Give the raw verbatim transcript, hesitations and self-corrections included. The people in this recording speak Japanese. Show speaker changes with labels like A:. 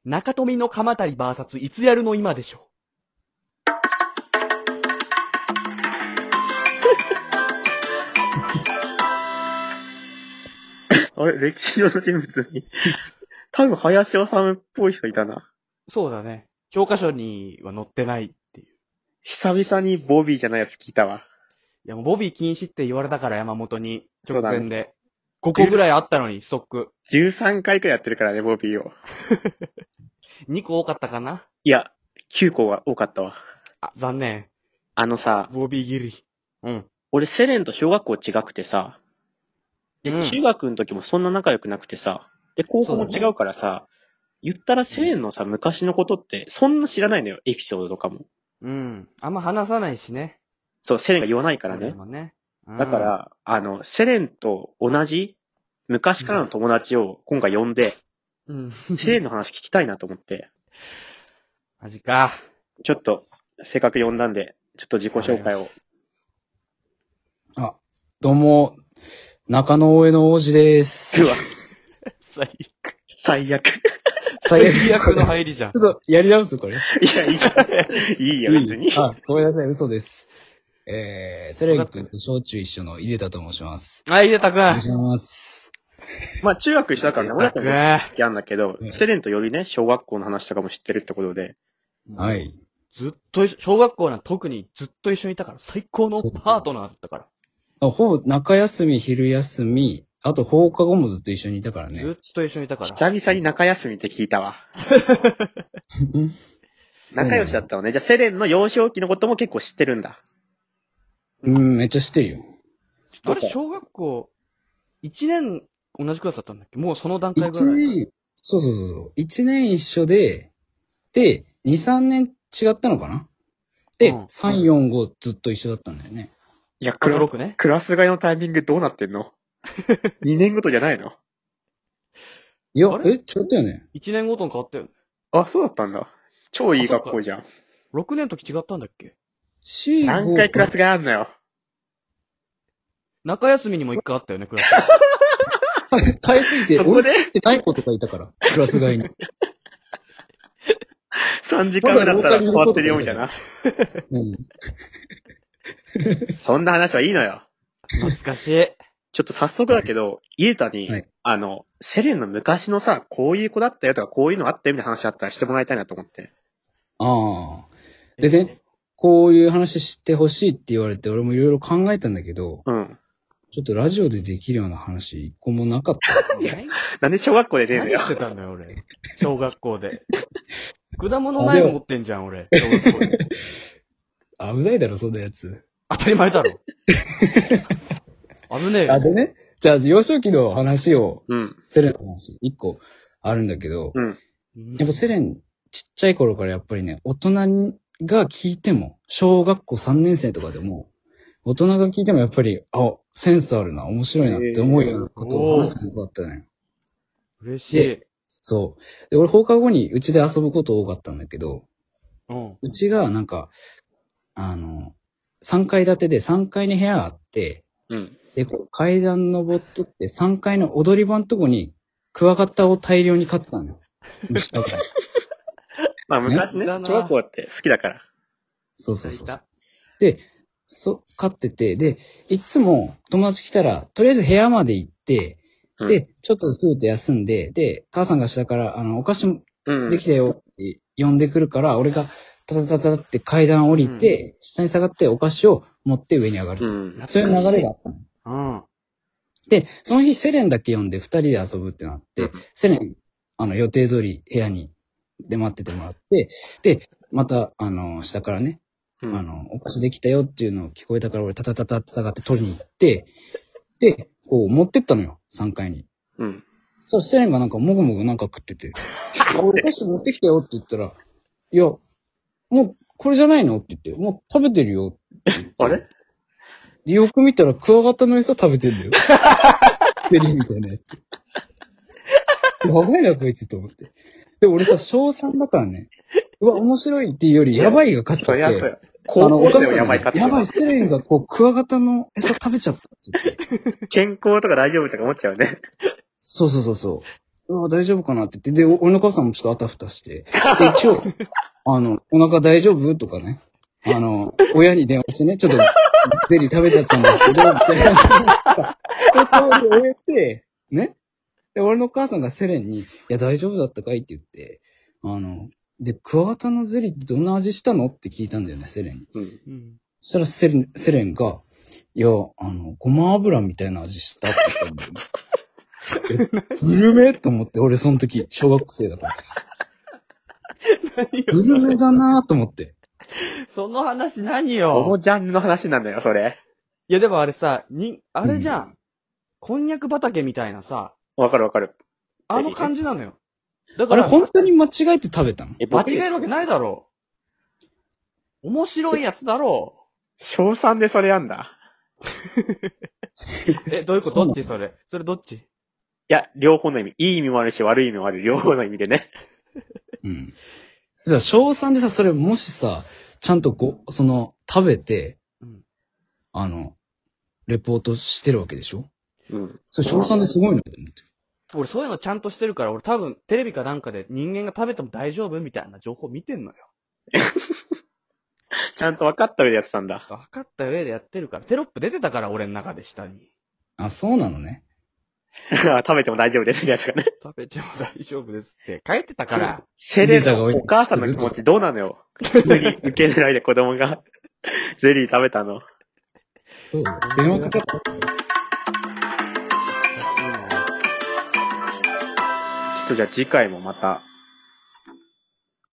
A: 中富の鎌足り ブイエス いつやるの今でしょ。
B: あれ、歴史上の人物に。多分、林修っぽい人いたな。
A: そうだね。教科書には載ってないっていう。
B: 久々にボビーじゃないやつ聞いたわ。
A: いやもうボビー禁止って言われたから山本に直前で。
B: ね、
A: ごこぐらいあったのにストック。
B: じゅうさんかいくらいやってるからね、ボビーを。
A: にこ多かったかな？
B: いや、きゅうこが多かったわ。
A: あ、残念。
B: あのさ、
A: ボビーギリ。うん。
B: 俺セレンと小学校違くてさ、で、
A: うん、
B: 中学の時もそんな仲良くなくてさ、で、高校も違うからさ、ね、言ったらセレンのさ、昔のことってそんな知らないのよ、エピソードとかも。
A: うん。あんま話さないしね。
B: そう、セレンが言わないからね。
A: ね、うん、
B: だから、あの、セレンと同じ昔からの友達を今回呼んで、うん、セレンの話聞きたいなと思って。
A: マジか。
B: ちょっと、せっかく呼んだんで、ちょっと自己紹介を。
C: あ、どうも、中野上の王子です。
B: うわ。
A: 最悪。
B: 最悪。
A: 最悪の入りじゃん。
C: ちょっと、やり直すこれ。
B: いや、いいか。いいよ、別に。
C: あ、ごめんなさい、嘘です。えー、セレン君と小中一緒の井出田と申します。
A: はい、井出田くん。お
C: 願いします。
B: まあ、中学一緒だからね、俺だったら好きなんだけど、
C: ね、
B: セレンとよりね、小学校の話とかも知ってるってことで。
C: はい。
A: ずっと、小学校なん特にずっと一緒にいたから、最高のパートナーだったから。
C: あ、ほぼ中休み、昼休み、あと放課後もずっと一緒にいたからね。
A: ずっと一緒にいたから。
B: 久々に中休みって聞いたわ。仲良しだったのね。じゃあセレンの幼少期のことも結構知ってるんだ。
C: うん、めっちゃ知ってるよ。
A: あれ、小学校、いちねん同じクラスだったんだっけ？もうその段階ぐらい。
C: いちねん、そうそうそう。いちねん一緒で、で、に、さんねん違ったのかなで、うん、さん、よん、ごずっと一緒だったんだよね。
B: いや、クラス、ね、クラス替えのタイミングどうなってんの？にねんごとじゃないの？
C: いや、え、違ったよね。
A: いちねんごとに変わったよね。
B: あ、そうだったんだ。超いい学校じゃん。
A: ろくねんの時違ったんだっけ？
B: 何回クラス替えあんのよ。
A: 中休みにも一回あったよね、クラス。
C: 変えすぎて、
B: そこで
C: ってない子とかいたから、クラス替えに。
B: さんじかんめだったら変わってるよ、みたいな。うん。そんな話はいいのよ。
A: 懐かしい。
B: ちょっと早速だけど、イエタに、はい、あの、セレンの昔のさ、こういう子だったよとか、こういうのあったよみたいな話あったらしてもらいたいなと思って。
C: ああ。でね、こういう話してほしいって言われて、俺もいろいろ考えたんだけど、
B: うん。
C: ちょっとラジオでできるような話一個もなかった。
B: いや、なんで小学校で出るのよ。
A: 何してたんだよ、俺。小学校で。果物ナイフ持ってんじゃん、俺。小学校で。
C: 危ないだろ、そんなやつ。
A: 当たり前だろ。危ねえよ。
C: あ、でね、じゃあ、幼少期の話を、
B: うん。
C: セレンの話、一個あるんだけど、
B: うん。
C: やっぱセレン、ちっちゃい頃からやっぱりね、大人が聞いても、小学校さんねん生とかでも、大人が聞いてもやっぱり、あ、センスあるな、面白いなって思うようなことを話すことだったのよ。
A: 嬉しい。
C: そう。で、俺放課後にうちで遊ぶこと多かったんだけど、
A: うん。
C: うちがなんか、あの、さんかい建てでさんがいに部屋があって、
B: うん。
C: で、階段登ってってさんがいの踊り場のとこにクワガタを大量に飼ってたのよ。下から。
B: まあ昔ね、小学校って好きだから。
C: そうそうそう。で、そ、飼ってて、で、いつも友達来たら、とりあえず部屋まで行って、うん、で、ちょっとふーっと休んで、で、母さんが下から、あの、お菓子もできたよって呼んでくるから、うん、俺がタタタタって階段降りて、うん、下に下がってお菓子を持って上に上がると。うん、そういう流れがあったの。
A: うん。
C: で、その日セレンだけ呼んで二人で遊ぶってなって、うん、セレン、あの、予定通り部屋に出待っててもらって、で、また、あの、下からね、うん、あの、お菓子できたよっていうのを聞こえたから俺タタタタって下がって取りに行って、で、こう持ってったのよ、さんがいに。
B: うん。
C: そしたらセレンがなんかもぐもぐなんか食ってて、俺お菓子持ってきたよって言ったら、いや、もうこれじゃないのって言って、もう食べてるよって言って。
B: あれ
C: で、よく見たらクワガタの餌食べてんだよ。セリみたいなやつ。やばいなこいつと思って。で、俺さ、小さんだからね、うわ、面白いっていうより、やばいが勝ってて、
B: やばい。高校でもやばい勝って
C: やばい、セレンがこう、クワガタの餌食べちゃったって言って。
B: 健康とか大丈夫とか思っちゃうね。
C: そうそうそうそう。 うわ、大丈夫かなって言って、で、俺の母さんもちょっとあたふたして、で、一応、あの、お腹大丈夫とかね、あの、親に電話してね、ちょっと、ゼリー食べちゃったんですけど、って、一通り終えて、ね。で、俺の母さんがセレンに、いや、大丈夫だったかいって言って、あの、で、クワガタのゼリーってどんな味したのって聞いたんだよね、セレンに。
B: うん。
A: うん。
C: そしたらセレン、セレンが、いや、あの、ごま油みたいな味したって言ったんだよね。え、グルメと思って、俺その時、小学生だから。
A: 何
C: グルメだなぁと思って。
A: その話何
B: この
A: よ。
B: ジャンルの話なんだよ、それ。
A: いやでもあれさ、に、あれじゃん。
C: う
A: こんにゃく畑みたいなさ、
B: わかるわかる。
A: あの感じなのよ。だか
C: あれ
A: ら、
C: 本当に間違えて食べたの？
B: え、
A: 間
B: 僕
A: 違えるわけないだろう。面白いやつだろ
B: 小さんでそれやんだ。
A: う。え、どういうこ
C: そうなの
A: とどっちそれそれどっち
B: いや、両方の意味。いい意味もあるし、悪い意味もある。両方の意味でね。
C: うん。じゃあ、小さんでさ、それもしさ、ちゃんとご、その、食べて、
A: うん。
C: あの、レポートしてるわけでしょ？
B: うん。
C: それ小さんですごいなって思って。
A: 俺そういうのちゃんとしてるから、俺多分テレビかなんかで人間が食べても大丈夫みたいな情報見てんのよ。
B: ちゃんと分かった上でやってたんだ。
A: 分かった上でやってるから。テロップ出てたから、俺の中で下に。
C: あ、そうなのね。
B: 食べても大丈夫ですってやつがね。
A: 食べても大丈夫ですって書いてたから。
B: セレのお母さんの気持ちどうなのよ。普通に受け狙いで子供がゼリー食べたの。
C: そう。電話かかった。
B: ちょっとじゃあ次回もまた